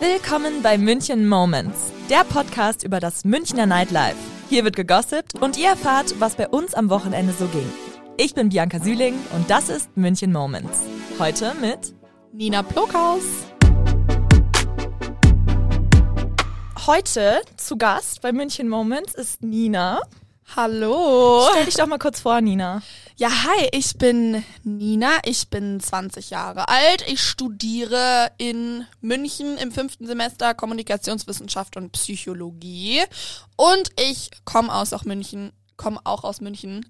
Willkommen bei München Moments, der Podcast über das Münchner Nightlife. Hier wird gegossipt und ihr erfahrt, was bei uns am Wochenende so ging. Ich bin Bianca Süling und das ist München Moments. Heute mit Nina Plokhaus. Heute zu Gast bei München Moments ist Nina. Hallo. Stell dich doch mal kurz vor, Nina. Ja, hi, ich bin Nina, ich bin 20 Jahre alt, ich studiere in München im 5. Semester Kommunikationswissenschaft und Psychologie und ich komme auch aus München. Ich komme auch aus München.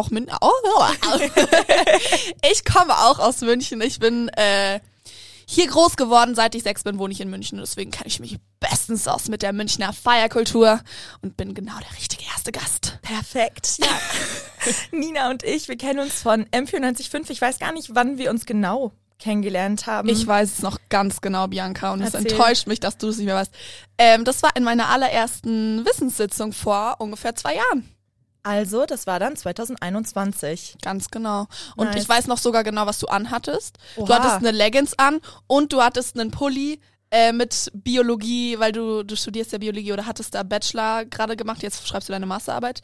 Ich bin hier groß geworden, seit ich 6 bin, wohne ich in München. Deswegen kenne ich mich bestens aus mit der Münchner Feierkultur und bin genau der richtige erste Gast. Perfekt. Ja. Nina und ich, wir kennen uns von M94.5. Ich weiß gar nicht, wann wir uns genau kennengelernt haben. Ich weiß es noch ganz genau, Bianca, und Erzähl. Es enttäuscht mich, dass du es nicht mehr weißt. Das war in meiner allerersten Wissenssitzung vor ungefähr 2 Jahren. Also, das war dann 2021. Ganz genau. Und Nice. ich weiß noch sogar genau, was du anhattest. Oha. Du hattest eine Leggings an und du hattest einen Pulli mit Biologie, weil du studierst ja Biologie oder hattest da Bachelor gerade gemacht. Jetzt schreibst du deine Masterarbeit.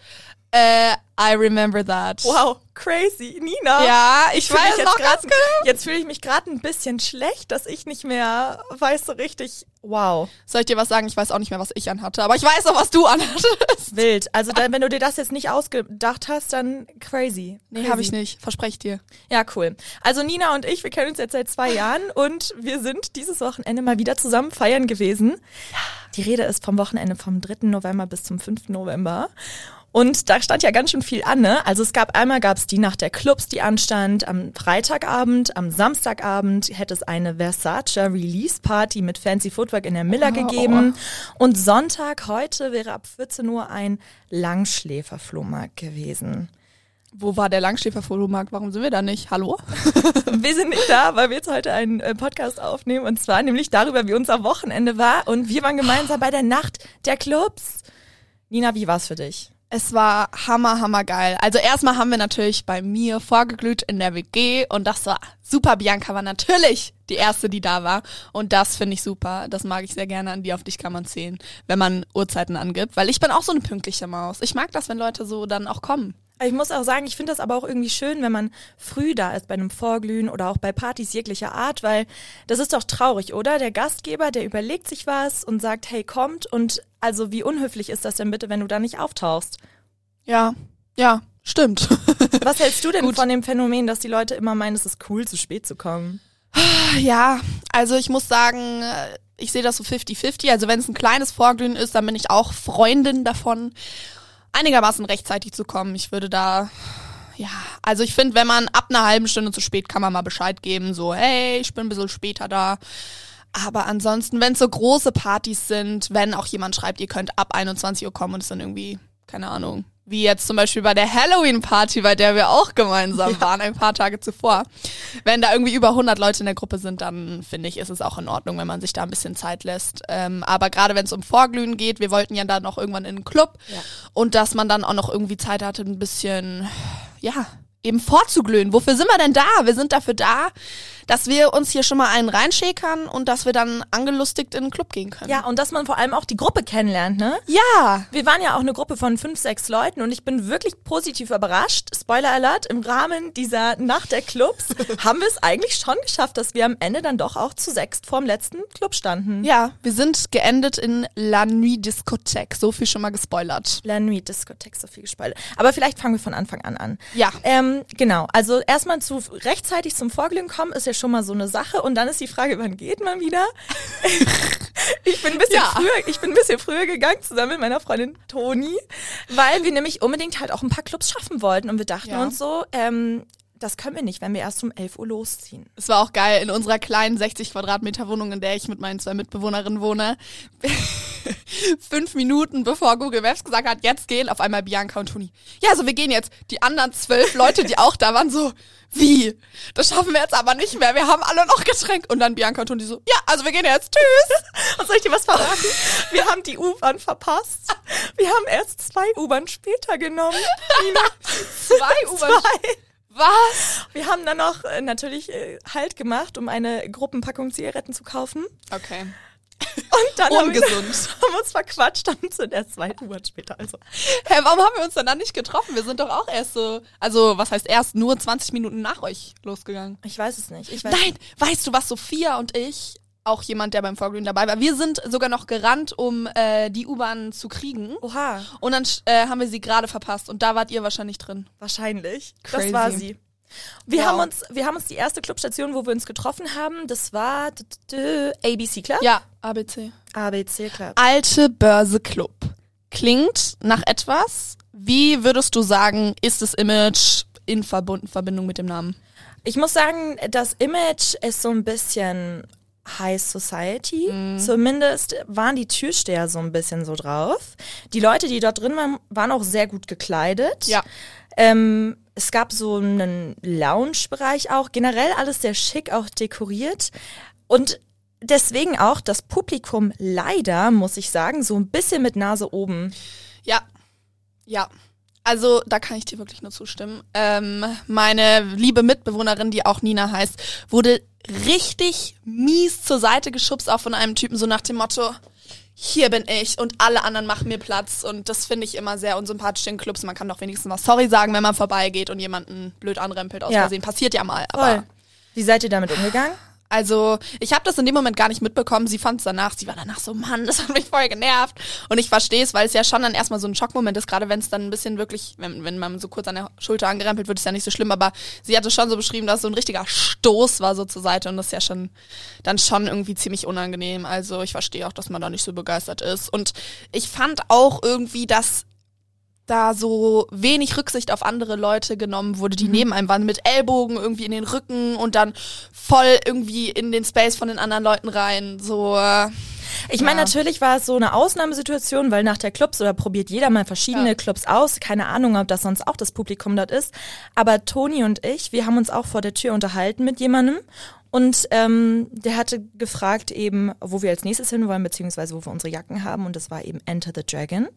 I remember that. Wow, crazy. Nina. Ja, ich fühl weiß mich noch jetzt ganz grad- genau. Jetzt fühle ich mich gerade ein bisschen schlecht, dass ich nicht mehr weiß so richtig, wow, Soll ich dir was sagen? Ich weiß auch nicht mehr, was ich anhatte, aber ich weiß noch, was du anhattest. wild. Also dann, wenn du dir das jetzt nicht ausgedacht hast, dann crazy. Nee, habe ich nicht. Verspreche ich dir. Ja, cool. Also Nina und ich, wir kennen uns jetzt seit 2 Jahren und wir sind dieses Wochenende mal wieder zusammen feiern gewesen. Die Rede ist vom Wochenende vom 3. November bis zum 5. November. Und da stand ja ganz schön viel an, ne? Also gab's die Nacht der Clubs, die anstand. Am Freitagabend, am Samstagabend hätte es eine Versace Release Party mit Fancy Footwork in der Miller gegeben. Und Sonntag, heute, wäre ab 14 Uhr ein Langschläfer-Flohmarkt gewesen. Wo war der Langschläfer-Flohmarkt? Warum sind wir da nicht? Hallo? Wir sind nicht da, weil wir jetzt heute einen Podcast aufnehmen und zwar nämlich darüber, wie unser Wochenende war und wir waren gemeinsam bei der Nacht der Clubs. Nina, wie war's für dich? Es war hammergeil. Also erstmal haben wir natürlich bei mir vorgeglüht in der WG und das war super. Bianca war natürlich die erste, die da war und das finde ich super. Das mag ich sehr gerne, an die auf dich kann man zählen, wenn man Uhrzeiten angibt, weil ich bin auch so eine pünktliche Maus. Ich mag das, wenn Leute so dann auch kommen. Ich muss auch sagen, ich finde das aber auch irgendwie schön, wenn man früh da ist bei einem Vorglühen oder auch bei Partys jeglicher Art, weil das ist doch traurig, oder? Der Gastgeber, der überlegt sich was und sagt, hey, kommt und also wie unhöflich ist das denn bitte, wenn du da nicht auftauchst? Ja, stimmt. Was hältst du denn Gut. von dem Phänomen, dass die Leute immer meinen, es ist cool, zu spät zu kommen? Ja, also ich muss sagen, ich sehe das so 50-50. Also wenn es ein kleines Vorglühen ist, dann bin ich auch Freundin davon, einigermaßen rechtzeitig zu kommen. Ich würde da, also ich finde, wenn man ab einer halben Stunde zu spät, kann man mal Bescheid geben, so, hey, ich bin ein bisschen später da. Aber ansonsten, wenn es so große Partys sind, wenn auch jemand schreibt, ihr könnt ab 21 Uhr kommen und es dann irgendwie, keine Ahnung, wie jetzt zum Beispiel bei der Halloween-Party, bei der wir auch gemeinsam waren, ein paar Tage zuvor. Wenn da irgendwie über 100 Leute in der Gruppe sind, dann finde ich, ist es auch in Ordnung, wenn man sich da ein bisschen Zeit lässt. Aber gerade wenn es um Vorglühen geht, wir wollten ja dann noch irgendwann in einen Club und dass man dann auch noch irgendwie Zeit hatte, ein bisschen, eben vorzuglühen. Wofür sind wir denn da? Wir sind dafür da, dass wir uns hier schon mal einen reinschäkern und dass wir dann angelustigt in den Club gehen können. Ja, und dass man vor allem auch die Gruppe kennenlernt, ne? Ja. Wir waren ja auch eine Gruppe von 5, 6 Leuten und ich bin wirklich positiv überrascht. Spoiler Alert, im Rahmen dieser Nacht der Clubs haben wir es eigentlich schon geschafft, dass wir am Ende dann doch auch zu 6 vorm letzten Club standen. Ja, wir sind geendet in La Nuit Discothèque. So viel schon mal gespoilert. La Nuit Discothèque, so viel gespoilert. Aber vielleicht fangen wir von Anfang an. Ja. Genau, also erstmal rechtzeitig zum Vorglühen kommen ist ja schon mal so eine Sache und dann ist die Frage, wann geht man wieder? Ich bin ein bisschen früher gegangen, zusammen mit meiner Freundin Toni, weil wir nämlich unbedingt halt auch ein paar Clubs schaffen wollten und wir dachten uns so, das können wir nicht, wenn wir erst um 11 Uhr losziehen. Es war auch geil, in unserer kleinen 60 Quadratmeter Wohnung, in der ich mit meinen 2 Mitbewohnerinnen wohne. 5 Minuten bevor Google Maps gesagt hat, jetzt gehen, auf einmal Bianca und Toni. Ja, also wir gehen jetzt. Die anderen 12 Leute, die auch da waren, so, wie? Das schaffen wir jetzt aber nicht mehr. Wir haben alle noch Getränk. Und dann Bianca und Toni so, ja, also wir gehen jetzt. Tschüss. Und soll ich dir was verraten? Wir haben die U-Bahn verpasst. Wir haben erst 2 U-Bahn später genommen. Nina. 2 U-Bahn. Was? Wir haben dann noch natürlich Halt gemacht, um eine Gruppenpackung Zigaretten zu kaufen. Okay. Und dann Ungesund. haben wir uns verquatscht, dann sind erst 2 Uhr später. Also. Hä, warum haben wir uns dann nicht getroffen? Wir sind doch auch erst so, also was heißt erst, nur 20 Minuten nach euch losgegangen. Ich weiß es nicht. Nein, weißt du was, Sophia und ich, auch jemand, der beim Vorglühen dabei war, wir sind sogar noch gerannt, um die U-Bahn zu kriegen. Oha. Und dann haben wir sie gerade verpasst und da wart ihr wahrscheinlich drin. Wahrscheinlich. Crazy. Das war sie. Wir Wow. haben uns die erste Clubstation, wo wir uns getroffen haben, das war ABC Club. Ja, ABC. ABC Club. Alte Börse Club. Klingt nach etwas. Wie würdest du sagen, ist das Image in Verbindung mit dem Namen? Ich muss sagen, das Image ist so ein bisschen High Society. Zumindest waren die Türsteher so ein bisschen so drauf. Die Leute, die dort drin waren, waren auch sehr gut gekleidet. Ja. Es gab so einen Lounge-Bereich auch. Generell alles sehr schick, auch dekoriert. Und deswegen auch das Publikum leider, muss ich sagen, so ein bisschen mit Nase oben. Ja. Ja. Also, da kann ich dir wirklich nur zustimmen. Meine liebe Mitbewohnerin, die auch Nina heißt, wurde richtig mies zur Seite geschubst, auch von einem Typen, so nach dem Motto, hier bin ich und alle anderen machen mir Platz. Und das finde ich immer sehr unsympathisch in Clubs. Man kann doch wenigstens mal sorry sagen, wenn man vorbeigeht und jemanden blöd anrempelt aus Versehen. Passiert ja mal. Aber Voll. Wie seid ihr damit umgegangen? also, ich habe das in dem Moment gar nicht mitbekommen. Sie fand es danach, sie war danach so, Mann, das hat mich voll genervt. Und ich verstehe es, weil es ja schon dann erstmal so ein Schockmoment ist, gerade wenn es dann ein bisschen wirklich, wenn man so kurz an der Schulter angerempelt wird, ist ja nicht so schlimm. Aber sie hatte schon so beschrieben, dass es so ein richtiger Stoß war so zur Seite und das ist ja schon dann schon irgendwie ziemlich unangenehm. Also ich verstehe auch, dass man da nicht so begeistert ist. Und ich fand auch irgendwie, dass da so wenig Rücksicht auf andere Leute genommen wurde, die neben einem waren, mit Ellbogen irgendwie in den Rücken und dann voll irgendwie in den Space von den anderen Leuten rein. So. Ich meine, natürlich war es so eine Ausnahmesituation, weil nach der Clubs oder probiert jeder mal verschiedene Clubs aus. Keine Ahnung, ob das sonst auch das Publikum dort ist. Aber Toni und ich, wir haben uns auch vor der Tür unterhalten mit jemandem. Und der hatte gefragt eben, wo wir als nächstes hin wollen, beziehungsweise wo wir unsere Jacken haben. Und das war eben Enter the Dragon.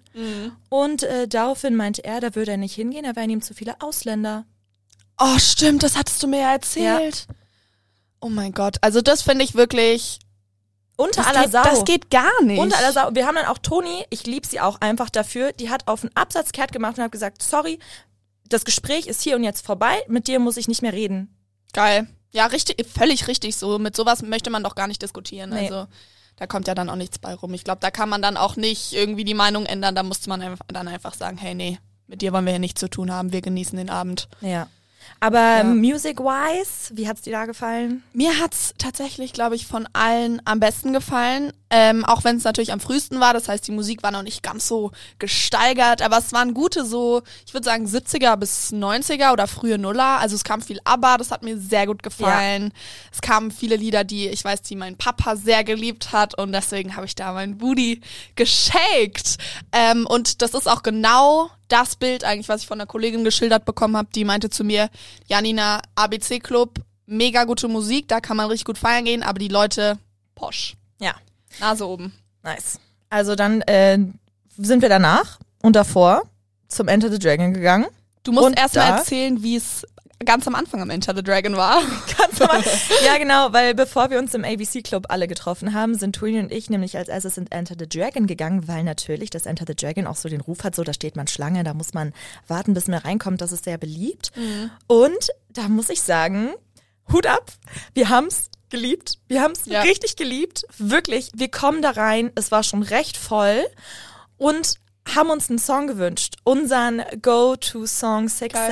Und daraufhin meinte er, da würde er nicht hingehen, da wären ihm zu viele Ausländer. Oh, stimmt, das hattest du mir ja erzählt. Ja. Oh mein Gott, also das finde ich wirklich... Unter aller Sau. Das geht gar nicht. Unter aller Sau. Wir haben dann auch Toni, ich liebe sie auch einfach dafür, die hat auf einen Absatz kehrt gemacht und hat gesagt, sorry, das Gespräch ist hier und jetzt vorbei, mit dir muss ich nicht mehr reden. Geil. Ja, richtig, völlig richtig so. Mit sowas möchte man doch gar nicht diskutieren. Nee. Also da kommt ja dann auch nichts bei rum. Ich glaube, da kann man dann auch nicht irgendwie die Meinung ändern. Da musste man dann einfach sagen, hey, nee, mit dir wollen wir hier nichts zu tun haben. Wir genießen den Abend. Ja. Aber music-wise, wie hat's dir da gefallen? Mir hat's tatsächlich, glaube ich, von allen am besten gefallen. Auch wenn es natürlich am frühesten war. Das heißt, die Musik war noch nicht ganz so gesteigert. Aber es waren gute so, ich würde sagen 70er bis 90er oder frühe Nuller. Also es kam viel ABBA, das hat mir sehr gut gefallen. Ja. Es kamen viele Lieder, die mein Papa sehr geliebt hat. Und deswegen habe ich da meinen Booty geshakt. Und das ist auch genau das Bild eigentlich, was ich von einer Kollegin geschildert bekommen habe. Die meinte zu mir, Janina, ABC Club, mega gute Musik, da kann man richtig gut feiern gehen, aber die Leute, posch. Ja. Nase oben. Nice. Also dann sind wir danach und davor zum Enter the Dragon gegangen. Du musst erst mal erzählen, wie es ganz am Anfang am Enter the Dragon war. Ganz am Anfang. Ja, genau, weil bevor wir uns im ABC Club alle getroffen haben, sind Toni und ich nämlich als erstes in Enter the Dragon gegangen, weil natürlich das Enter the Dragon auch so den Ruf hat, so da steht man Schlange, da muss man warten, bis man reinkommt, das ist sehr beliebt. Und da muss ich sagen, Hut ab, wir haben's geliebt, wir haben's richtig geliebt, wirklich, wir kommen da rein, es war schon recht voll und haben uns einen Song gewünscht, unseren Go-To-Song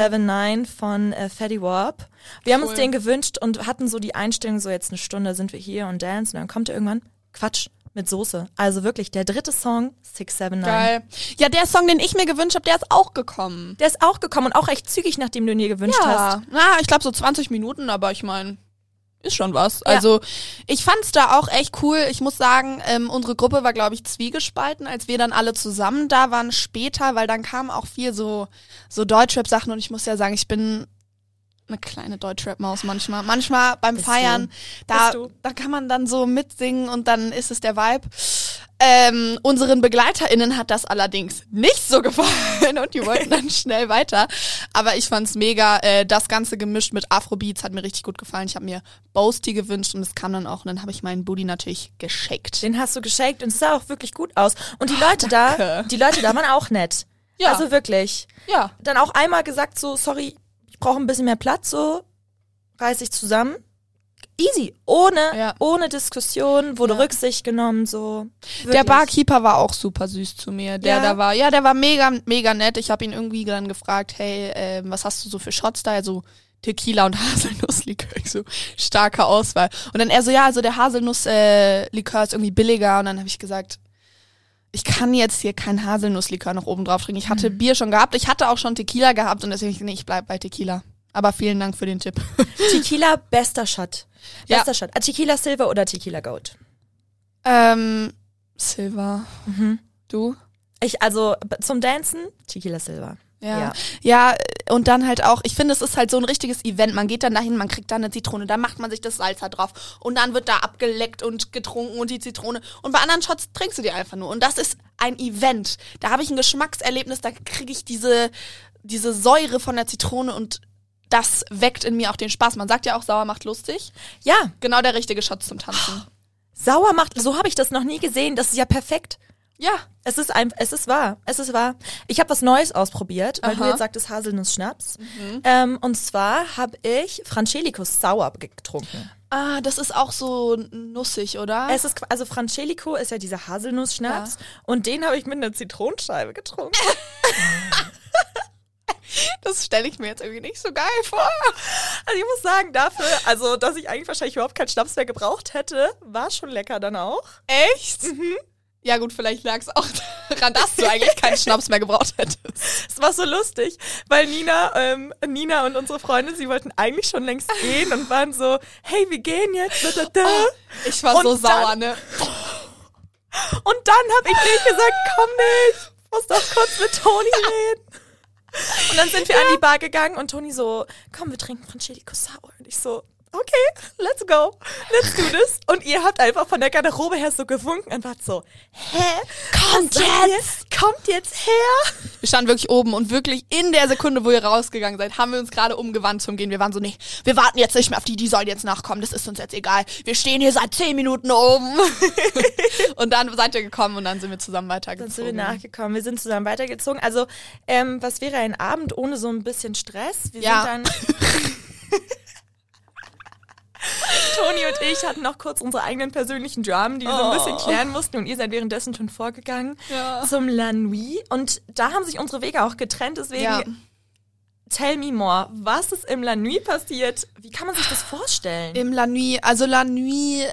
679 von Fetty Wap. Wir haben uns den gewünscht und hatten so die Einstellung, so jetzt eine Stunde sind wir hier und dance und dann kommt irgendwann Quatsch mit Soße. Also wirklich der dritte Song, 679. Geil. Ja, der Song, den ich mir gewünscht habe, der ist auch gekommen. Der ist auch gekommen und auch recht zügig, nachdem du ihn dir gewünscht hast. Ja, ich glaube so 20 Minuten, aber ich meine... Ist schon was. Also ich fand's da auch echt cool. Ich muss sagen, unsere Gruppe war, glaube ich, zwiegespalten, als wir dann alle zusammen da waren später, weil dann kamen auch viel so Deutschrap-Sachen und ich muss ja sagen, ich bin eine kleine Deutschrap-Maus manchmal. Manchmal beim Feiern, da kann man dann so mitsingen und dann ist es der Vibe. Unseren BegleiterInnen hat das allerdings nicht so gefallen und die wollten dann schnell weiter. Aber ich fand's mega. Das Ganze gemischt mit Afrobeats hat mir richtig gut gefallen. Ich habe mir Boasty gewünscht und es kam dann auch. Und dann habe ich meinen Booty natürlich geshakt. Den hast du geshakt und es sah auch wirklich gut aus. Und die Leute da waren auch nett. Ja. Also wirklich. Ja. Dann auch einmal gesagt so, sorry, ich brauche ein bisschen mehr Platz, so reiß ich zusammen. Easy, ohne Diskussion, wurde Rücksicht genommen, so. Wirklich. Der Barkeeper war auch super süß zu mir. Der war mega, mega nett. Ich habe ihn irgendwie dann gefragt, hey, was hast du so für Shots da? Also Tequila und Haselnusslikör, ich so, starke Auswahl. Und dann er so, also der Haselnusslikör ist irgendwie billiger. Und dann habe ich gesagt, ich kann jetzt hier keinen Haselnusslikör noch oben drauf trinken. Ich hatte Bier schon gehabt, ich hatte auch schon Tequila gehabt und deswegen, ich bleib bei Tequila. Aber vielen Dank für den Tipp. Tequila, bester Shot. Bester Shot. Tequila Silver oder Tequila Gold? Silver. Du? Also zum Dancen, Tequila Silver. Ja, und dann halt auch, ich finde, es ist halt so ein richtiges Event. Man geht dann dahin, man kriegt da eine Zitrone, da macht man sich das Salz da drauf und dann wird da abgeleckt und getrunken und die Zitrone. Und bei anderen Shots trinkst du die einfach nur. Und das ist ein Event. Da habe ich ein Geschmackserlebnis, da kriege ich diese Säure von der Zitrone und das weckt in mir auch den Spaß. Man sagt ja auch, sauer macht lustig. Ja. Genau der richtige Shot zum Tanzen. Sauer macht, so habe ich das noch nie gesehen. Das ist ja perfekt. Ja. Es ist wahr. Ich habe was Neues ausprobiert, weil du jetzt sagtest Haselnuss-Schnaps. Und zwar habe ich Frangelico Sauer getrunken. Ah, das ist auch so nussig, oder? Also Frangelico ist ja dieser Haselnuss-Schnaps und den habe ich mit einer Zitronenscheibe getrunken. Das stelle ich mir jetzt irgendwie nicht so geil vor. Also ich muss sagen, dafür, also dass ich eigentlich wahrscheinlich überhaupt keinen Schnaps mehr gebraucht hätte, war schon lecker dann auch. Echt? Ja gut, vielleicht lag es auch daran, dass du eigentlich keinen Schnaps mehr gebraucht hättest. Es war so lustig, weil Nina und unsere Freunde, sie wollten eigentlich schon längst gehen und waren so, hey, wir gehen jetzt. Oh, ich war so sauer, ne? Und dann habe ich nicht gesagt, komm nicht, ich muss doch kurz mit Toni reden. Und dann sind wir an die Bar gegangen und Toni so, komm, wir trinken Frangelico Sauer. Und ich so, okay, let's go, let's do this. Und ihr habt einfach von der Garderobe her so gewunken und wart so, kommt jetzt her. Wir standen wirklich oben und wirklich in der Sekunde, wo ihr rausgegangen seid, haben wir uns gerade umgewandt zum Gehen. Wir waren so, nee, wir warten jetzt nicht mehr auf die sollen jetzt nachkommen, das ist uns jetzt egal. Wir stehen hier seit 10 Minuten oben. Und dann seid ihr gekommen und dann sind wir zusammen weitergezogen. Dann sind wir nachgekommen, wir sind zusammen weitergezogen. Also, was wäre ein Abend ohne so ein bisschen Stress? Wir sind dann... Toni und ich hatten noch kurz unsere eigenen persönlichen Dramen, die wir so ein bisschen klären mussten und ihr seid währenddessen schon vorgegangen zum La Nuit und da haben sich unsere Wege auch getrennt, deswegen tell me more, was ist im La Nuit passiert? Wie kann man sich das vorstellen? Im La Nuit, also La Nuit,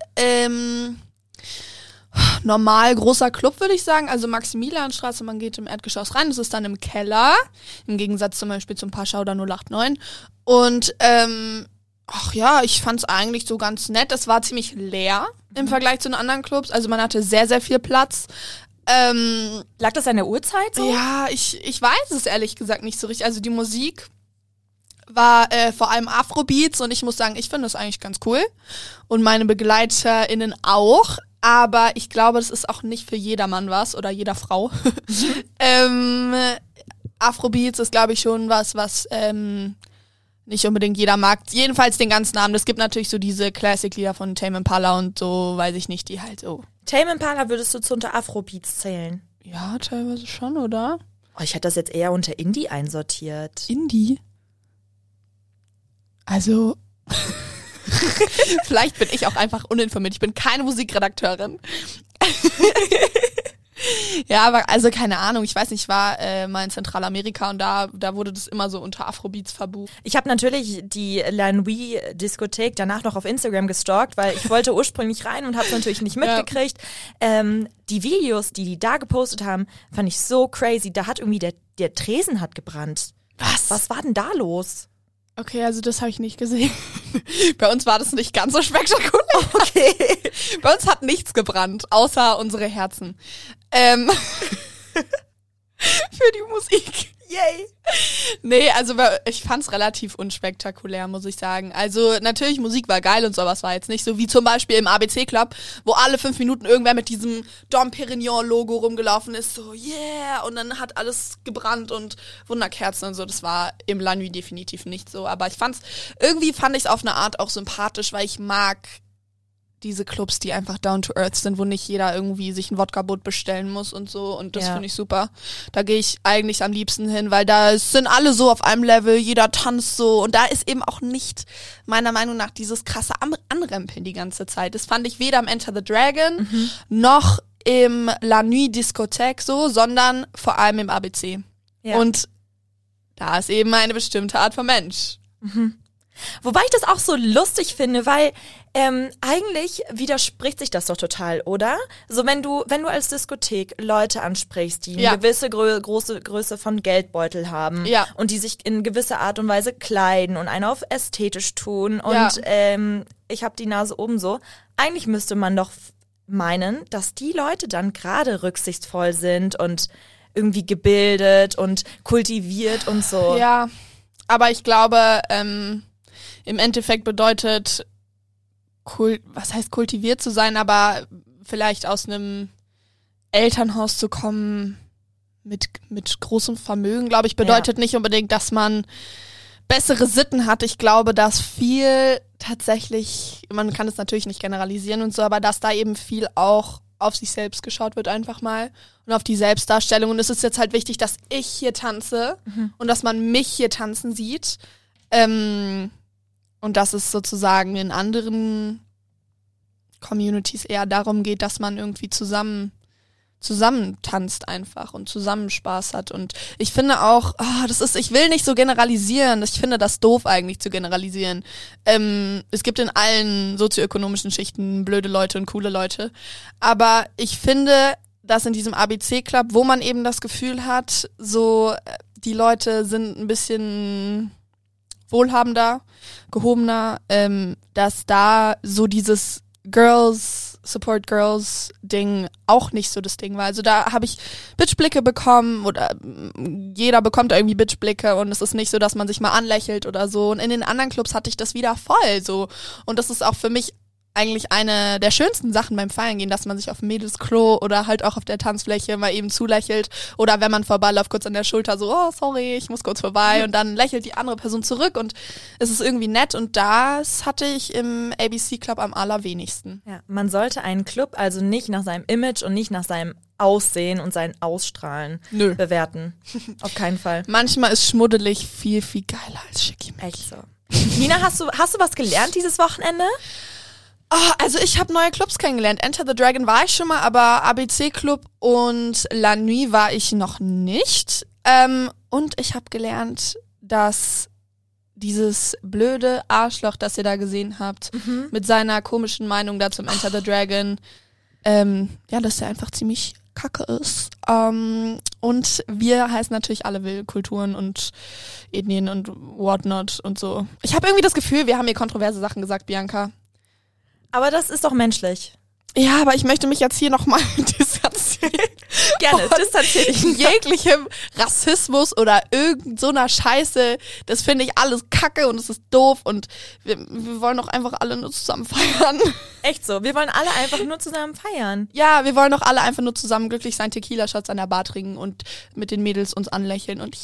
normal großer Club, würde ich sagen, also Maximilianstraße, man geht im Erdgeschoss rein, das ist dann im Keller, im Gegensatz zum Beispiel zum Pascha oder 089 und ach ja, ich fand's eigentlich so ganz nett. Es war ziemlich leer im Vergleich zu den anderen Clubs. Also man hatte sehr, sehr viel Platz. Lag das an der Uhrzeit so? Ja, ich weiß es ehrlich gesagt nicht so richtig. Also die Musik war vor allem Afrobeats und ich muss sagen, ich finde das eigentlich ganz cool. Und meine BegleiterInnen auch. Aber ich glaube, das ist auch nicht für jedermann was oder jeder Frau. Afrobeats ist, glaube ich, schon was nicht unbedingt jeder mag. Jedenfalls den ganzen Abend. Es gibt natürlich so diese Classic-Lieder von Tame Impala und so, weiß ich nicht, die halt so. Tame Impala würdest du zu unter Afrobeats zählen? Ja, teilweise schon, oder? Oh, ich hätte das jetzt eher unter Indie einsortiert. Indie? Also, vielleicht bin ich auch einfach uninformiert. Ich bin keine Musikredakteurin. Ja, aber also keine Ahnung, ich weiß nicht, ich war mal in Zentralamerika und da wurde das immer so unter Afrobeats verbucht. Ich habe natürlich die La Nuit Diskothek danach noch auf Instagram gestalkt, weil ich wollte ursprünglich rein und habe es natürlich nicht mitgekriegt. Die Videos, die da gepostet haben, fand ich so crazy. Da hat irgendwie der Tresen hat gebrannt. Was war denn da los? Okay, also das habe ich nicht gesehen. Bei uns war das nicht ganz so spektakulär. Okay. Bei uns hat nichts gebrannt, außer unsere Herzen. Für die Musik. Yay! Nee, also ich fand's relativ unspektakulär, muss ich sagen. Also natürlich, Musik war geil und so, aber es war jetzt nicht so wie zum Beispiel im ABC Club, wo alle 5 Minuten irgendwer mit diesem Dom Perignon Logo rumgelaufen ist, so yeah, und dann hat alles gebrannt und Wunderkerzen und so. Das war im La Nuit definitiv nicht so, aber irgendwie fand ich es auf eine Art auch sympathisch, weil ich mag diese Clubs, die einfach down to earth sind, wo nicht jeder irgendwie sich ein Wodka-Boot bestellen muss und so. Und das finde ich super. Da gehe ich eigentlich am liebsten hin, weil da sind alle so auf einem Level, jeder tanzt so. Und da ist eben auch nicht, meiner Meinung nach, dieses krasse Anrempeln die ganze Zeit. Das fand ich weder im Enter the Dragon noch im La Nuit Discothèque so, sondern vor allem im ABC. Ja. Und da ist eben eine bestimmte Art von Mensch. Wobei ich das auch so lustig finde, weil eigentlich widerspricht sich das doch total, oder? So wenn du als Diskothek Leute ansprichst, die eine gewisse große Größe von Geldbeutel haben und die sich in gewisser Art und Weise kleiden und einen auf ästhetisch tun und ich habe die Nase oben so, eigentlich müsste man doch meinen, dass die Leute dann gerade rücksichtsvoll sind und irgendwie gebildet und kultiviert und so. Ja, aber ich glaube, im Endeffekt bedeutet, was heißt kultiviert zu sein, aber vielleicht aus einem Elternhaus zu kommen mit großem Vermögen, glaube ich, bedeutet nicht unbedingt, dass man bessere Sitten hat. Ich glaube, dass viel tatsächlich, man kann es natürlich nicht generalisieren und so, aber dass da eben viel auch auf sich selbst geschaut wird einfach mal und auf die Selbstdarstellung. Und es ist jetzt halt wichtig, dass ich hier tanze und dass man mich hier tanzen sieht. Und dass es sozusagen in anderen Communities eher darum geht, dass man irgendwie zusammen tanzt einfach und zusammen Spaß hat. Und ich finde auch, ich will nicht so generalisieren. Ich finde das doof eigentlich zu generalisieren. Es gibt in allen sozioökonomischen Schichten blöde Leute und coole Leute. Aber ich finde, dass in diesem ABC-Club, wo man eben das Gefühl hat, so die Leute sind ein bisschen wohlhabender, gehobener, dass da so dieses Support Girls Ding auch nicht so das Ding war. Also da habe ich Bitchblicke bekommen oder jeder bekommt irgendwie Bitchblicke und es ist nicht so, dass man sich mal anlächelt oder so. Und in den anderen Clubs hatte ich das wieder voll so. Und das ist auch für mich eigentlich eine der schönsten Sachen beim Feiern gehen, dass man sich auf dem Mädelsklo oder halt auch auf der Tanzfläche mal eben zulächelt oder wenn man vorbeiläuft, kurz an der Schulter so, oh sorry, ich muss kurz vorbei und dann lächelt die andere Person zurück und es ist irgendwie nett und das hatte ich im ABC Club am allerwenigsten. Ja, man sollte einen Club also nicht nach seinem Image und nicht nach seinem Aussehen und sein Ausstrahlen bewerten. Auf keinen Fall. Manchmal ist schmuddelig viel, viel geiler als schickimicki. Echt so. Nina, hast du was gelernt dieses Wochenende? Also ich habe neue Clubs kennengelernt. Enter the Dragon war ich schon mal, aber ABC Club und La Nuit war ich noch nicht. Und ich habe gelernt, dass dieses blöde Arschloch, das ihr da gesehen habt, mit seiner komischen Meinung da zum Enter the Dragon, dass er einfach ziemlich kacke ist. Und wir heißen natürlich alle Kulturen und Ethnien und whatnot und so. Ich habe irgendwie das Gefühl, wir haben hier kontroverse Sachen gesagt, Bianca. Aber das ist doch menschlich. Ja, aber ich möchte mich jetzt hier nochmal distanzieren. Gerne, distanziere dich. Jeglichem Rassismus oder irgend so einer Scheiße, das finde ich alles kacke und es ist doof und wir wollen doch einfach alle nur zusammen feiern. Echt so, wir wollen alle einfach nur zusammen feiern. Ja, wir wollen doch alle einfach nur zusammen glücklich sein, Tequila-Shots an der Bar trinken und mit den Mädels uns anlächeln und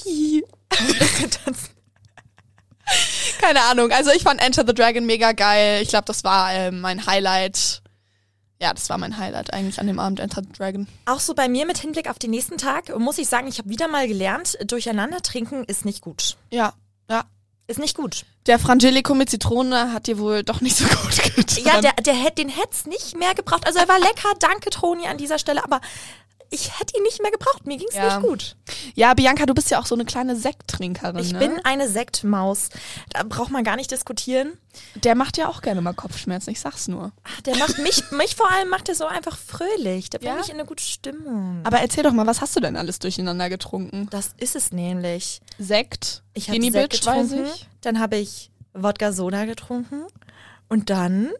Keine Ahnung, also ich fand Enter the Dragon mega geil. Ich glaube, das war mein Highlight. Ja, das war mein Highlight eigentlich an dem Abend Enter the Dragon. Auch so bei mir mit Hinblick auf den nächsten Tag muss ich sagen, ich habe wieder mal gelernt, durcheinander trinken ist nicht gut. Ja. Ist nicht gut. Der Frangelico mit Zitrone hat dir wohl doch nicht so gut getan. Ja, den hätte es nicht mehr gebraucht. Also er war lecker, danke Toni an dieser Stelle, aber ich hätte ihn nicht mehr gebraucht. Mir ging es nicht gut. Ja, Bianca, du bist ja auch so eine kleine Sekttrinkerin. Ich bin eine Sektmaus. Da braucht man gar nicht diskutieren. Der macht ja auch gerne mal Kopfschmerzen, ich sag's nur. Der macht mich vor allem macht er so einfach fröhlich. Der bringt mich in eine gute Stimmung. Aber erzähl doch mal, was hast du denn alles durcheinander getrunken? Das ist es nämlich. Sekt? Ich habe Sekt getrunken, dann habe ich Wodka Soda getrunken und dann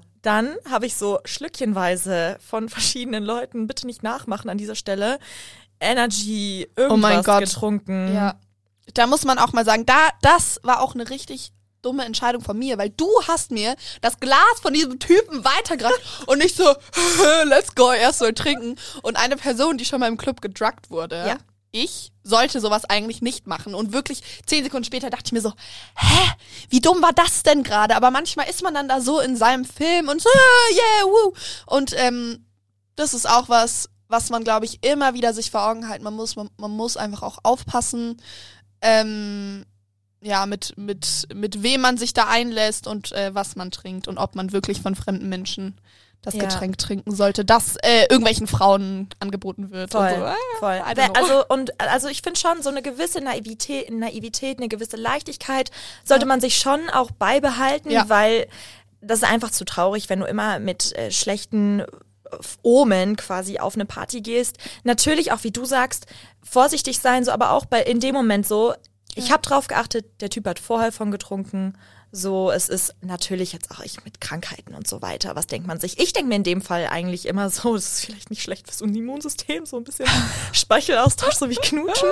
habe ich so schlückchenweise von verschiedenen Leuten, bitte nicht nachmachen an dieser Stelle, Energy, Oh irgendwas mein Gott. getrunken. Ja. Da muss man auch mal sagen, das war auch eine richtig dumme Entscheidung von mir, weil du hast mir das Glas von diesem Typen weitergereicht und nicht so, let's go, erst soll trinken. Und eine Person, die schon mal im Club gedruckt wurde, Ja. ich sollte sowas eigentlich nicht machen. Und wirklich 10 Sekunden später dachte ich mir so, hä, wie dumm war das denn gerade? Aber manchmal ist man dann da so in seinem Film und so, yeah, woo. Und das ist auch was man, glaube ich, immer wieder sich vor Augen halten. Man muss einfach auch aufpassen, ja, mit wem man sich da einlässt und was man trinkt und ob man wirklich von fremden Menschen das Getränk trinken sollte, das irgendwelchen Frauen angeboten wird. Voll, und so. voll. I don't know. Also ich finde schon, so eine gewisse Naivität, eine gewisse Leichtigkeit sollte man sich schon auch beibehalten, weil das ist einfach zu traurig, wenn du immer mit schlechten Omen quasi auf eine Party gehst. Natürlich auch, wie du sagst, vorsichtig sein, so, aber auch in dem Moment so, ich habe drauf geachtet, der Typ hat vorher von getrunken. So, es ist natürlich jetzt auch ich mit Krankheiten und so weiter. Was denkt man sich? Ich denke mir in dem Fall eigentlich immer so, das ist vielleicht nicht schlecht fürs Immunsystem, so ein bisschen Speichelaustausch, so wie Knutschen.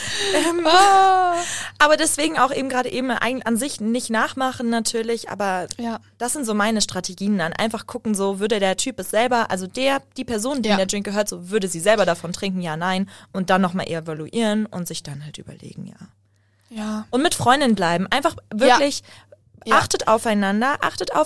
Aber deswegen auch eben gerade eben an sich nicht nachmachen natürlich, aber das sind so meine Strategien dann. Einfach gucken, so würde der Typ es selber, also die Person, die in der Drink gehört, so würde sie selber davon trinken, ja, nein. Und dann nochmal evaluieren und sich dann halt überlegen, Ja. Und mit Freundinnen bleiben. Einfach wirklich achtet aufeinander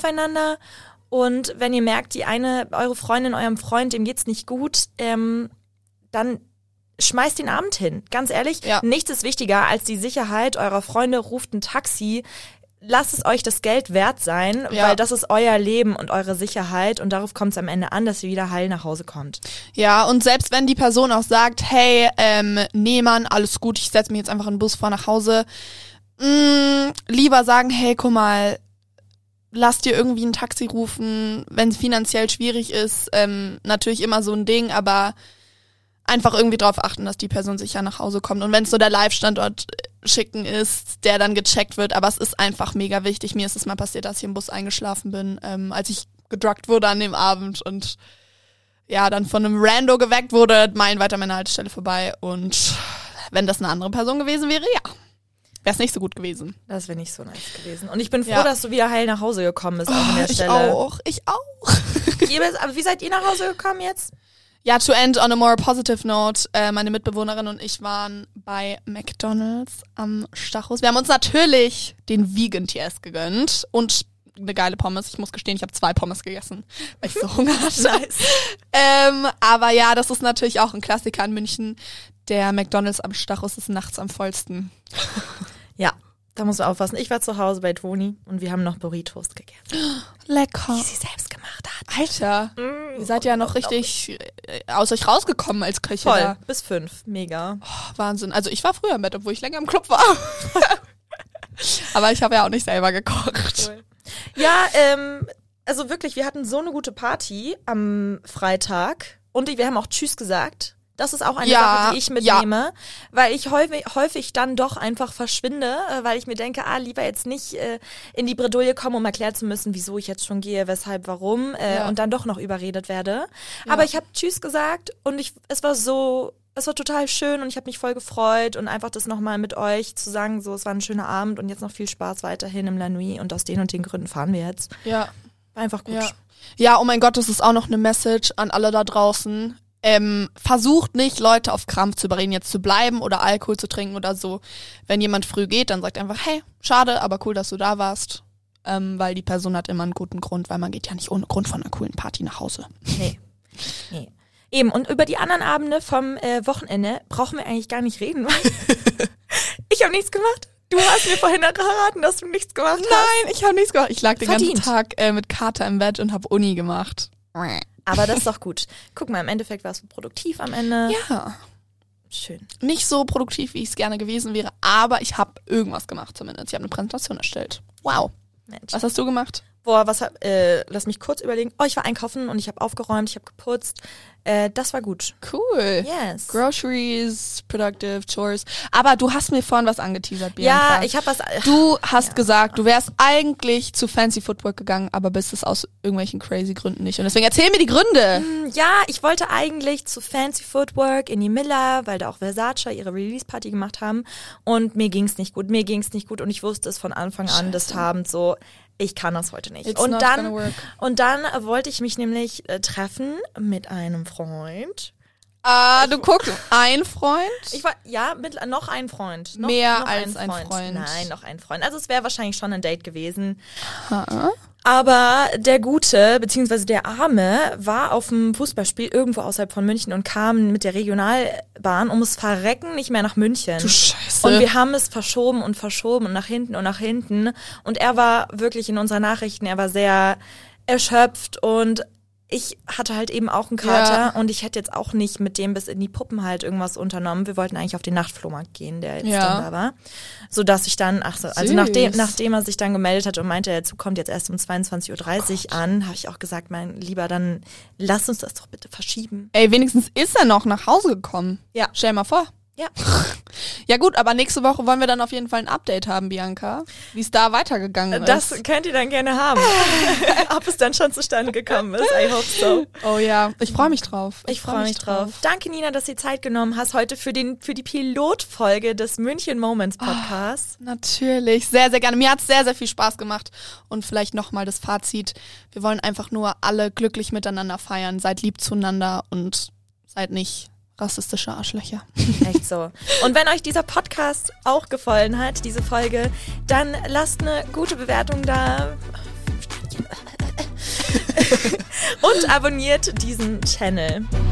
und wenn ihr merkt, eure Freundin, eurem Freund, dem geht's nicht gut, dann schmeißt den Abend hin. Ganz ehrlich, nichts ist wichtiger als die Sicherheit eurer Freunde, ruft ein Taxi, lasst es euch das Geld wert sein, weil das ist euer Leben und eure Sicherheit und darauf kommt es am Ende an, dass ihr wieder heil nach Hause kommt. Ja, und selbst wenn die Person auch sagt, hey, nee Mann, alles gut, ich setze mich jetzt einfach in den Bus vor nach Hause, lieber sagen, hey, guck mal, lass dir irgendwie ein Taxi rufen, wenn es finanziell schwierig ist, natürlich immer so ein Ding, aber einfach irgendwie drauf achten, dass die Person sicher nach Hause kommt. Und wenn es so der Live-Standort schicken ist, der dann gecheckt wird, aber es ist einfach mega wichtig. Mir ist es mal passiert, dass ich im Bus eingeschlafen bin, als ich gedruckt wurde an dem Abend und dann von einem Rando geweckt wurde, meilen weiter meine Haltestelle vorbei und wenn das eine andere Person gewesen wäre, wäre es nicht so gut gewesen. Das wäre nicht so nice gewesen. Und ich bin froh, dass du wieder heil nach Hause gekommen bist, auch an der Stelle. Ich auch. Aber wie seid ihr nach Hause gekommen jetzt? Ja, to end on a more positive note, meine Mitbewohnerin und ich waren bei McDonald's am Stachus. Wir haben uns natürlich den Vegan TS gegönnt und eine geile Pommes. Ich muss gestehen, ich habe 2 Pommes gegessen, weil ich so Hunger hatte. Nice. Aber ja, das ist natürlich auch ein Klassiker in München. Der McDonald's am Stachus ist nachts am vollsten. Ja, da musst du aufpassen. Ich war zu Hause bei Toni und wir haben noch Burritos gegessen. Lecker. Die sie selbst gemacht hat. Alter, ihr seid ja noch richtig aus euch rausgekommen als Köche. Voll, da. bis 5. Mega. Oh, Wahnsinn. Also ich war früher im Bett, obwohl ich länger im Club war. Aber ich habe ja auch nicht selber gekocht. Cool. Ja, also wirklich, wir hatten so eine gute Party am Freitag und wir haben auch Tschüss gesagt. Das ist auch eine Sache, die ich mitnehme, weil ich häufig dann doch einfach verschwinde, weil ich mir denke, lieber jetzt nicht in die Bredouille kommen, um erklären zu müssen, wieso ich jetzt schon gehe, weshalb, warum und dann doch noch überredet werde. Ja. Aber ich habe Tschüss gesagt und es war total schön und ich habe mich voll gefreut und einfach das nochmal mit euch zu sagen, so, es war ein schöner Abend und jetzt noch viel Spaß weiterhin im La Nuit und aus den und den Gründen fahren wir jetzt. Ja. War einfach gut. Ja, oh mein Gott, das ist auch noch eine Message an alle da draußen. Versucht nicht, Leute auf Krampf zu überreden, jetzt zu bleiben oder Alkohol zu trinken oder so. Wenn jemand früh geht, dann sagt einfach, hey, schade, aber cool, dass du da warst. Weil die Person hat immer einen guten Grund, weil man geht ja nicht ohne Grund von einer coolen Party nach Hause. Nee. Eben, und über die anderen Abende vom Wochenende brauchen wir eigentlich gar nicht reden, weil ich habe nichts gemacht. Du hast mir vorhin erraten, dass du nichts gemacht hast. Nein, ich habe nichts gemacht. Ich lag den ganzen Tag mit Kater im Bett und habe Uni gemacht. Aber das ist doch gut. Guck mal, im Endeffekt warst du produktiv am Ende. Ja. Schön. Nicht so produktiv, wie ich es gerne gewesen wäre, aber ich habe irgendwas gemacht zumindest. Ich habe eine Präsentation erstellt. Wow. Mensch. Was hast du gemacht? Boah, lass mich kurz überlegen. Oh, ich war einkaufen und ich habe aufgeräumt, ich habe geputzt. Das war gut. Cool. Yes. Groceries, productive chores. Aber du hast mir vorhin was angeteasert, Bianca. Ja, ich habe was... Du hast gesagt, du wärst eigentlich zu Fancy Footwork gegangen, aber bist es aus irgendwelchen crazy Gründen nicht. Und deswegen erzähl mir die Gründe. Ja, ich wollte eigentlich zu Fancy Footwork in die Miller, weil da auch Versace ihre Release-Party gemacht haben. Und mir ging's nicht gut. Und ich wusste es von Anfang an des Abends so... Ich kann das heute nicht. Und dann wollte ich mich nämlich treffen mit einem Freund. Du guckst, ein Freund? Noch ein Freund. Mehr als ein Freund. Nein, noch ein Freund. Also es wäre wahrscheinlich schon ein Date gewesen. Ha. Aber der Gute, beziehungsweise der Arme, war auf dem Fußballspiel irgendwo außerhalb von München und kam mit der Regionalbahn ums Verrecken nicht mehr nach München. Du Scheiße. Und wir haben es verschoben und nach hinten und nach hinten. Und er war wirklich in unseren Nachrichten, er war sehr erschöpft und ich hatte halt eben auch einen Kater und ich hätte jetzt auch nicht mit dem bis in die Puppen halt irgendwas unternommen. Wir wollten eigentlich auf den Nachtflohmarkt gehen, der jetzt dann da war. Sodass ich dann, nachdem er sich dann gemeldet hat und meinte, der Zug kommt jetzt erst um 22.30 Uhr an, habe ich auch gesagt, mein Lieber, dann lass uns das doch bitte verschieben. Ey, wenigstens ist er noch nach Hause gekommen. Ja. Stell mal vor. Ja. Ja gut, aber nächste Woche wollen wir dann auf jeden Fall ein Update haben, Bianca, wie es da weitergegangen ist. Das könnt ihr dann gerne haben. Ob es dann schon zustande gekommen ist, I hope so. Oh ja, ich freue mich drauf. Ich freue mich drauf. Danke, Nina, dass du Zeit genommen hast heute für die Pilotfolge des München Moments Podcasts. Natürlich, sehr, sehr gerne. Mir hat es sehr, sehr viel Spaß gemacht. Und vielleicht nochmal das Fazit. Wir wollen einfach nur alle glücklich miteinander feiern. Seid lieb zueinander und seid nicht rassistische Arschlöcher. Echt so. Und wenn euch dieser Podcast auch gefallen hat, diese Folge, dann lasst eine gute Bewertung da. Und abonniert diesen Channel.